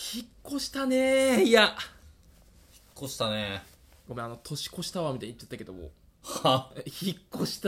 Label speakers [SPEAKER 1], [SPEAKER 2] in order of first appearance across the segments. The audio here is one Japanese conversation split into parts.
[SPEAKER 1] 引っ越したね。いや、
[SPEAKER 2] 越したね。
[SPEAKER 1] ごめん、年越したわみたいに言っちゃったけども、
[SPEAKER 2] は
[SPEAKER 1] 引っ越した。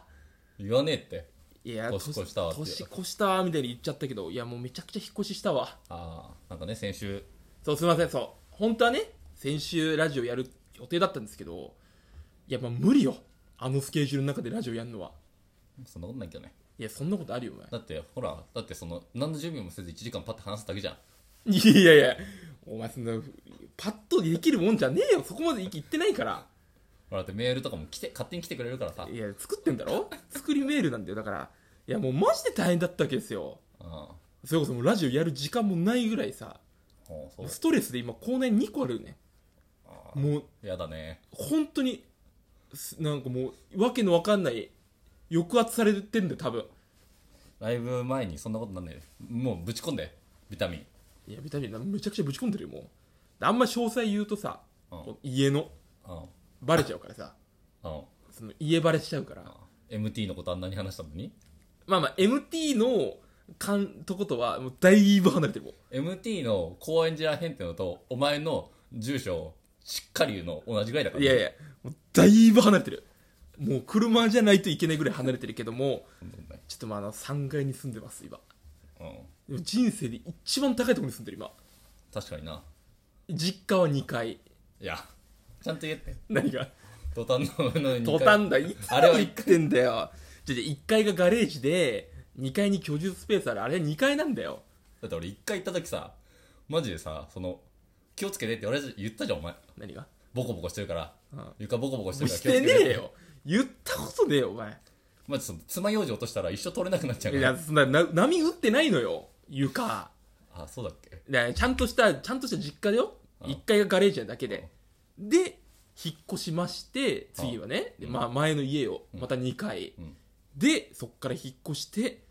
[SPEAKER 2] 言わねえって。
[SPEAKER 1] いや、
[SPEAKER 2] 年越したわって
[SPEAKER 1] 年越したわみたいに言っちゃったけど、いや、もうめちゃくちゃ引っ越ししたわ。
[SPEAKER 2] ああ、なんかね、先週。
[SPEAKER 1] そう、すいません。そう、本当はね、先週ラジオやる予定だったんですけど、いや、まあ無理よ、あのスケジュールの中でラジオやるのは。
[SPEAKER 2] そんなことないけどね。
[SPEAKER 1] いや、そんなことあるよお前。
[SPEAKER 2] だってほら、だってその何の準備もせず1時間パッて話すだけじゃん。
[SPEAKER 1] いやいや、お前そんなパッとできるもんじゃねえよ。そこまで言ってないから。
[SPEAKER 2] ほら、だってメールとかも勝手に来てくれるからさ。
[SPEAKER 1] いや、作ってんだろ。作りメールなんだよ。だから、いや、もうマジで大変だったわけですよ。
[SPEAKER 2] ああ、
[SPEAKER 1] それこそもうラジオやる時間もないぐらいさ、
[SPEAKER 2] そう。
[SPEAKER 1] ストレスで今口内2個あるよね。
[SPEAKER 2] ああ、
[SPEAKER 1] もう
[SPEAKER 2] やだね。
[SPEAKER 1] 本当になんかもうわけのわかんない抑圧されてんだよ多分。
[SPEAKER 2] ライブ前にそんなことなんないで、もうぶち込んで、ビタミン。
[SPEAKER 1] いやビタミンめちゃくちゃぶち込んでるよもう。あんま詳細言うとさ、
[SPEAKER 2] うん
[SPEAKER 1] 家の
[SPEAKER 2] うん
[SPEAKER 1] バレちゃうからさ、
[SPEAKER 2] うん
[SPEAKER 1] その家バレしちゃうから。
[SPEAKER 2] MT のことあんなに話したのに。
[SPEAKER 1] まあまあ MT のとことはもうだいぶ離れてるもん。
[SPEAKER 2] MT の高円寺らへんってのとお前の住所をしっかり言うの同じぐらいだから、
[SPEAKER 1] いやいや、もうだいぶ離れてる。もう車じゃないといけないぐらい離れてるけども、ちょっとまあ3階に住んでます今。
[SPEAKER 2] うん、
[SPEAKER 1] でも人生で一番高いところに住んでる今。
[SPEAKER 2] 確かにな。
[SPEAKER 1] 実家は2階。
[SPEAKER 2] いや、ちゃんと言えって。
[SPEAKER 1] 何が
[SPEAKER 2] トタンの2
[SPEAKER 1] 途端だ、いつ
[SPEAKER 2] あれは
[SPEAKER 1] 言ってんだよ。1階がガレージで2階に居住スペースある。あれ2階なんだよ。
[SPEAKER 2] だって俺1回行った時さ、マジでさ、その気をつけてって言ったじゃんお前。
[SPEAKER 1] 何が
[SPEAKER 2] ボコボコしてるから、
[SPEAKER 1] うん
[SPEAKER 2] 床ボコボコして
[SPEAKER 1] もう
[SPEAKER 2] るから
[SPEAKER 1] してねえ
[SPEAKER 2] 気をつけてって。
[SPEAKER 1] よ。言ったことねえよお前。
[SPEAKER 2] マジその爪楊枝落としたら一生取れなくなっちゃうから。
[SPEAKER 1] いや、そんな波打ってないのよ床。
[SPEAKER 2] あ、そうだっけ。
[SPEAKER 1] でちゃんとした実家だよ。
[SPEAKER 2] うん
[SPEAKER 1] 1階がガレージなだけで。で引っ越しまして、次はね、でまあ、前の家をまた2階、
[SPEAKER 2] うん
[SPEAKER 1] でそっから引っ越して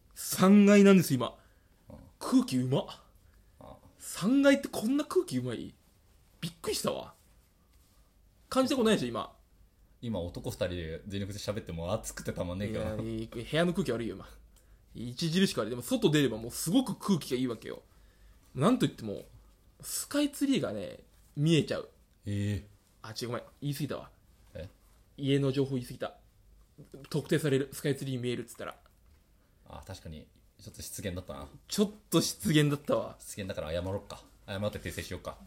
[SPEAKER 1] 3階なんです今。
[SPEAKER 2] うん
[SPEAKER 1] 空気うまっ。
[SPEAKER 2] あ
[SPEAKER 1] 3階ってこんな空気うまい。びっくりしたわ。感じたことないでしょ今。
[SPEAKER 2] 今男2人で全力で喋っても暑くてたまんねえ
[SPEAKER 1] いや
[SPEAKER 2] から。
[SPEAKER 1] 部屋の空気悪いよ今。著しく悪い。でも外出ればもうすごく空気がいいわけよ。なんといってもスカイツリーがね見えちゃう。
[SPEAKER 2] え
[SPEAKER 1] あ、違うごめん、言い過ぎたわ。
[SPEAKER 2] え
[SPEAKER 1] 家の情報言い過ぎた。特定される。スカイツリー見えるっつったら
[SPEAKER 2] あ、確かにちょっと失言だったな。
[SPEAKER 1] ちょっと失言だったわ。
[SPEAKER 2] 失言だから謝ろっか。謝って訂正しよっか。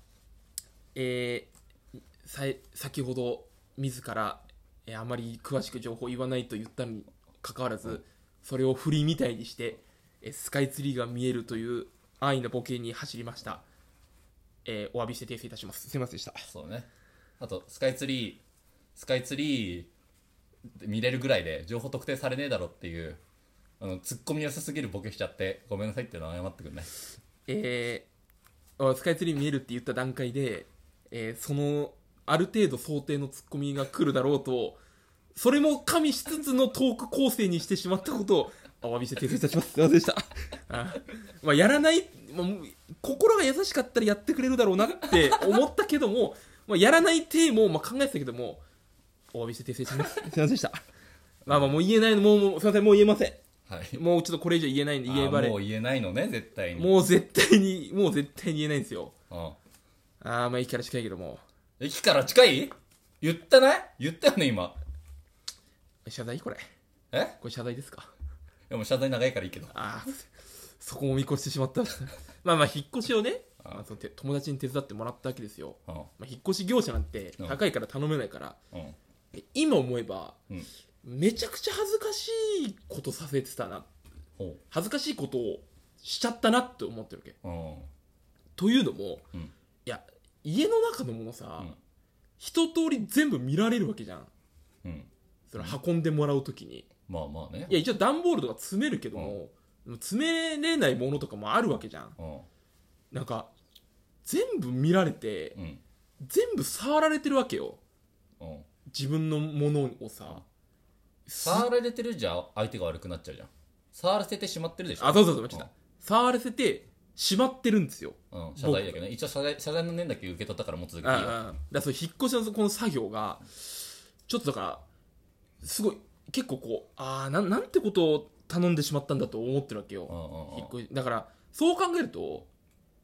[SPEAKER 1] 先ほど自ら、あまり詳しく情報言わないと言ったにかかわらず、それを振りみたいにして、スカイツリーが見えるという安易なボケに走りました。お詫びして訂正いたします。すいませんでした。
[SPEAKER 2] そうね。あとスカイツリー見れるぐらいで情報特定されねえだろっていうツッコミ良さすぎるボケしちゃってごめんなさいっていうのは謝ってくんない。
[SPEAKER 1] スカイツリー見えるって言った段階で、そのある程度想定のツッコミが来るだろうと、それも加味しつつのトーク構成にしてしまったことをお詫びして訂正いたします。すいませんでした。まあ、やらない、まあ、心が優しかったらやってくれるだろうなって思ったけども、まあ、やらない体もまあ考えてたけども、お詫びして訂正します。すいませんでした。まあもう言えないの、もうすいません、もう言えません。
[SPEAKER 2] はい。
[SPEAKER 1] もうちょっとこれ以上言えないんで、言えばれ。
[SPEAKER 2] もう言えないのね絶対に。
[SPEAKER 1] もう絶対に言えないんですよ。
[SPEAKER 2] うん。
[SPEAKER 1] まあ駅から近いけども。
[SPEAKER 2] 駅から近い？言ったよね今。
[SPEAKER 1] 謝罪これ謝罪ですか？
[SPEAKER 2] でも謝罪長いからいいけど。
[SPEAKER 1] そこも見越してしまった。まあ引っ越しをね、その友達に手伝ってもらったわけですよ。引っ越し業者なんて高いから頼めないから、今思えば、めちゃくちゃ恥ずかしいことさせてたな、恥ずかしいことをしちゃったなって思ってるわけ。というのも、いや家の中のものさ、一通り全部見られるわけじゃん。それ運んでもらうときに、
[SPEAKER 2] まあまあね。
[SPEAKER 1] いや一応段ボールとか詰めるけども、詰めれないものとかもあるわけじゃん。なんか全部見られて、全部触られてるわけよ。自分のものをさ、
[SPEAKER 2] 触られてるじゃ相手が悪くなっちゃうじゃん。触らせてしまってるでしょ。
[SPEAKER 1] そう間違った、触らせてしまってるんですよ。
[SPEAKER 2] 謝罪だけどね。一応謝罪の念だけ受け取ったからもう続きいいよ。
[SPEAKER 1] だからその引っ越しのこの作業がちょっとだからすごい結構こうなんてことを頼んでしまったんだと思ってるわけよ。引っ越しだからそう考えると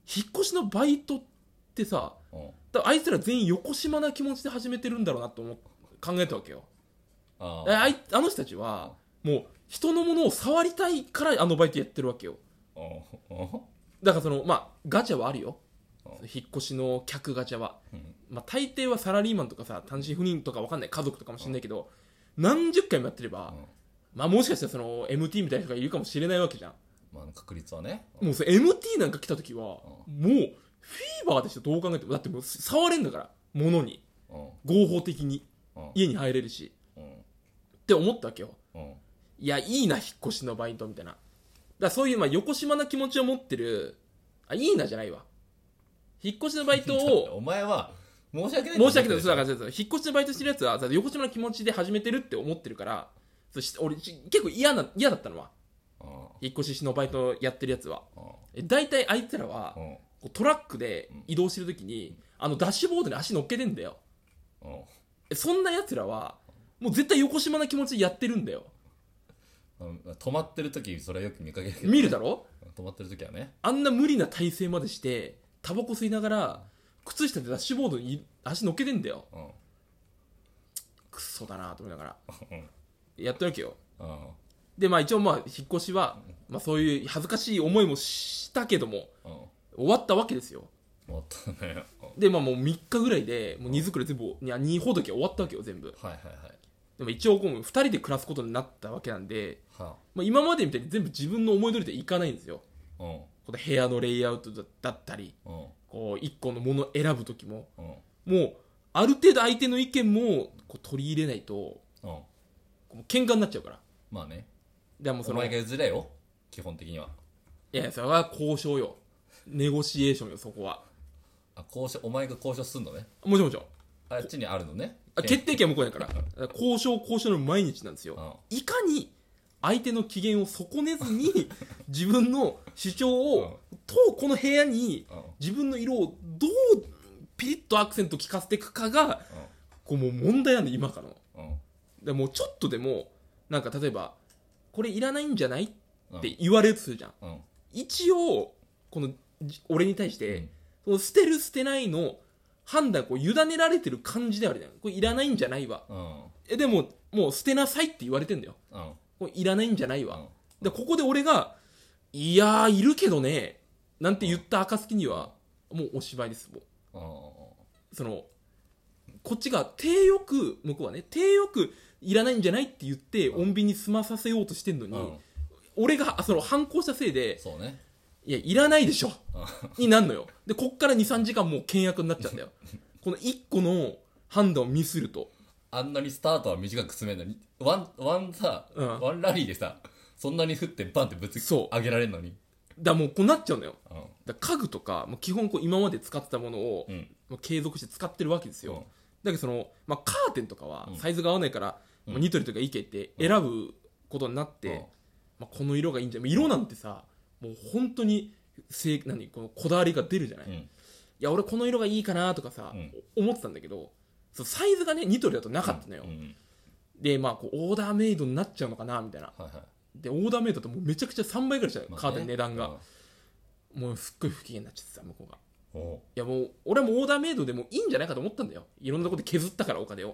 [SPEAKER 1] 引っ越しのバイトってさ、だからあいつら全員横島な気持ちで始めてるんだろうなと考えたわけよ。あの人たちはもう人のものを触りたいからあのバイトやってるわけよ。だからガチャはあるよ、引っ越しの客ガチャは、大抵はサラリーマンとかさ、単身赴任とか分かんない家族とかもしれないけど、何十回もやってれば、もしかしたらその MT みたいな人がいるかもしれないわけじゃん。
[SPEAKER 2] 確率はね。
[SPEAKER 1] もうMT なんか来た時は、もうフィーバーでしょ、どう考えても。だってもう触れんだから、物に、合法的に家に入れるし、って思ったわけよ。いや、いいな引っ越しのバイトみたいな。だからそういう横島な気持ちを持ってる、いいなじゃないわ、引っ越しのバイトを
[SPEAKER 2] お前は申し訳ない
[SPEAKER 1] だから引っ越しのバイトしてるやつは横島な気持ちで始めてるって思ってるから、俺結構嫌だったのは、引っ越しのバイトやってるやつは大体あいつらはトラックで移動してる時にダッシュボードに足乗っけてんだよ。そんなやつらはもう絶対横島な気持ちでやってるんだよ。
[SPEAKER 2] 止まってる時それはよく見かけるけ
[SPEAKER 1] ど、見るだろ。
[SPEAKER 2] 止まってる時はね、
[SPEAKER 1] あんな無理な体勢までしてタバコ吸いながら靴下でダッシュボードに足乗っけてんだよ。クソだなと思いながらやってるわけよ。で一応引っ越しは、そういう恥ずかしい思いもしたけども、終わったわけですよ。
[SPEAKER 2] 終わったね。
[SPEAKER 1] でもう3日ぐらいでもう荷造り全部2ほどき終わったわけよ全部。でも一応2人で暮らすことになったわけなんで、今までみたいに全部自分の思い通りでいかないんですよ。この部屋のレイアウトだったり、こう1個のものを選ぶ時も、もうある程度相手の意見も取り入れないと、喧嘩になっちゃうから。
[SPEAKER 2] まあね。
[SPEAKER 1] でも
[SPEAKER 2] お前が譲れよ基本的には。
[SPEAKER 1] いやそれは交渉よ、ネゴシエーションよそこは。
[SPEAKER 2] お前が交渉すんのね。
[SPEAKER 1] もちろん
[SPEAKER 2] あっちにあるのね。
[SPEAKER 1] 決定権は向こうやから交渉の毎日なんですよ。いかに相手の機嫌を損ねずに自分の主張をこの部屋に自分の色をどうピリッとアクセント効かせていくかがもう問題なんで今からの。でもうちょっとでもなんか例えばこれいらないんじゃないって言われるとするじゃん。一応この俺に対してその捨てる捨てないの判断委ねられてる感じであるじゃん。これいらないんじゃないわ。でももう捨てなさいって言われてんだよ。これいらないんじゃないわ。でここで俺がいやーいるけどねなんて言った暁にはもうおしまいです。もうそのこっちが向こうはね手よくいらないんじゃないって言って穏便に済まさせようとしてんのに、俺がその反抗したせいで、
[SPEAKER 2] そうね、
[SPEAKER 1] いやいらないでしょになんのよ。でこっから 2,3 時間もう倹約になっちゃうんだよこの1個の判断をミスると。
[SPEAKER 2] あんなにスタートは短く進めるのにワンラリーでさそんなに振ってバンってぶつ上げられるのに
[SPEAKER 1] だもうこうなっちゃうのよ。だ家具とかもう基本今まで使ってたものを、継続して使ってるわけですよ。だけどカーテンとかはサイズが合わないから、ニトリとかイケって選ぶことになって、この色がいいんじゃん。色なんてさもう本当にこのこだわりが出るじゃない。いや俺この色がいいかなとかさ、思ってたんだけどサイズがねニトリだとなかったのよ。でこうオーダーメイドになっちゃうのかなみたいな。でオーダーメイドだともうめちゃくちゃ3倍ぐらいしたよ、カーテン値段が。もうすっごい不機嫌になっちゃってさ向こうが。いやもう俺もオーダーメイドでもいいんじゃないかと思ったんだよ。いろんなところで削ったからお金を。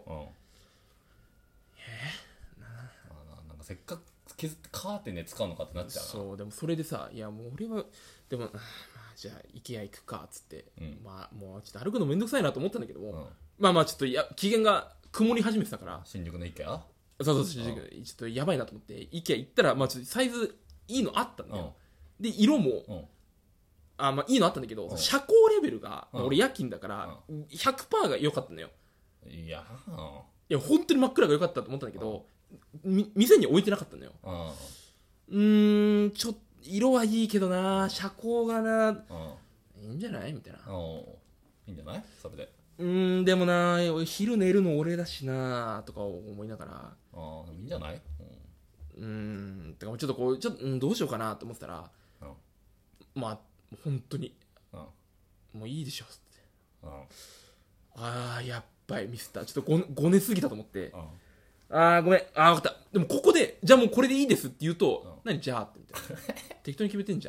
[SPEAKER 2] なんかせっかく削ってカーテンで使うのかってなっちゃうな。
[SPEAKER 1] そうでもそれでさいやもう俺はでもじゃあ IKEA 行くかっつって、もうちょっと歩くのめんどくさいなと思ったんだけども、ちょっと機嫌が曇り始めてたから
[SPEAKER 2] 新宿の IKEA？
[SPEAKER 1] そう新宿ちょっとやばいなと思って IKEA 行ったらちょっとサイズいいのあったんだよ。で色もいいのあったんだけど、遮光レベルが、俺夜勤だから、100% が良かったのよ。いや本当に真っ暗が良かったと思ったんだけど、店に置いてなかったのよ。ちょっと色はいいけどな遮光がいいんじゃないみたいな。
[SPEAKER 2] いいんじゃないそれで。
[SPEAKER 1] でもな昼寝るの俺だしなとか思いながら。
[SPEAKER 2] でもいいんじゃない。
[SPEAKER 1] だからちょっとどうしようかなと思ってたら、本当に、もういいでしょって、やっばいミスった、ちょっとごねすぎたと思って、ごめん分かった、でもここでじゃあもうこれでいいですって言うと、何じゃあってみたいな適当に決めてんじゃん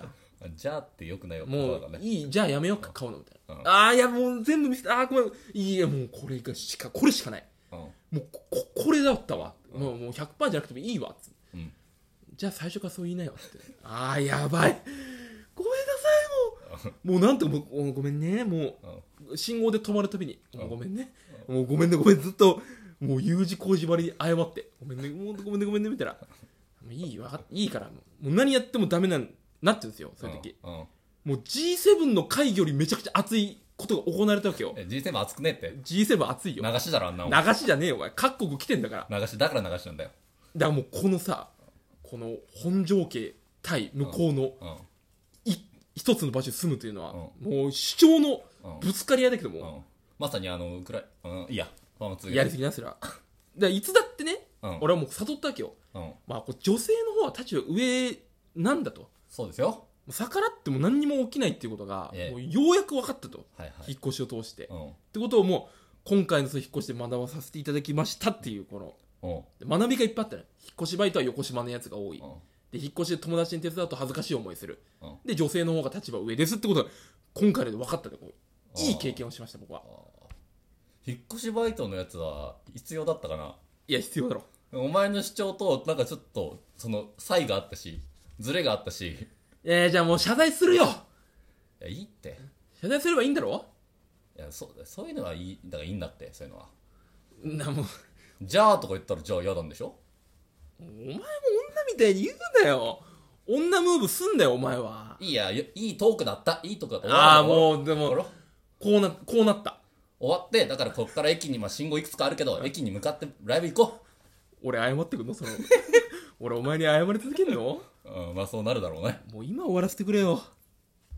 [SPEAKER 2] じゃあってよくないよ
[SPEAKER 1] もういい、じゃあやめようか買うのみたいな、
[SPEAKER 2] うん、
[SPEAKER 1] ああいやもう全部見せて、ああごめん、いやもうこれしかない、
[SPEAKER 2] うん、
[SPEAKER 1] もうこれだったわ、もう 100% じゃなくてもいいわっつって、
[SPEAKER 2] うん、
[SPEAKER 1] じゃあ最初からそう言いなよってああやばい、ごめんなさい、もうなんともうごめんね、もう信号で止まるたびにもうごめんね、もうごめんねずっともう U 字工事ばりに謝って、ごめんねもうごめんねみたいな、もういいからもう何やってもダメなってるんですよ、そういう時、もう G7 の会議よりめちゃくちゃ熱いことが行われたわけよ。
[SPEAKER 2] G7 熱くねって。
[SPEAKER 1] G7 熱いよ。
[SPEAKER 2] 流しだろあんなもん。
[SPEAKER 1] 流しじゃねえよお前、各国来てんだから。
[SPEAKER 2] 流しだから流しなんだよ。
[SPEAKER 1] だからもうこのさ、この本条家対向こうの、一つの場所に住むというのは、もう主張のぶつかり合いだけども、
[SPEAKER 2] まさにいいや
[SPEAKER 1] やりすぎなすらだいつだってね、俺はもう悟ったわけよ、まあこう女性の方は立場上なんだと。
[SPEAKER 2] そうですよ。
[SPEAKER 1] 逆らっても何にも起きないっていうことが、もうようやく分かったと、引っ越しを通して、ってことをもう今回の引っ越しで学ばさせていただきましたっていう、この学びがいっぱいあったね。引っ越しバイトは横島のやつが多い、で引っ越しで友達に手伝うと恥ずかしい思いする、で女性の方が立場上ですってことが今回で分かったで、いい経験をしました僕は。
[SPEAKER 2] 引っ越しバイトのやつは必要だったかな。
[SPEAKER 1] いや必要だろ。
[SPEAKER 2] お前の主張となんかちょっとその差異があったし、ズレがあったし。
[SPEAKER 1] じゃあもう謝罪するよ。い
[SPEAKER 2] やいいって、
[SPEAKER 1] 謝罪すればいいんだろ。
[SPEAKER 2] いやそういうのはいい、だからいいんだって。そういうのは
[SPEAKER 1] もう
[SPEAKER 2] じゃあとか言ったらじゃあ嫌なんでしょ。
[SPEAKER 1] お前も女みたいに言うなよ。女ムーブすんだよお前は。
[SPEAKER 2] いいトークだった。いいトークだった。
[SPEAKER 1] ああもうでもこうなった
[SPEAKER 2] 終わって、だからこっから駅に信号いくつかあるけど、駅に向かってライブ行こ
[SPEAKER 1] う。俺謝ってくんのその俺お前に謝り続けんの。
[SPEAKER 2] まあそうなるだろうね。
[SPEAKER 1] もう今終わらせてくれよ。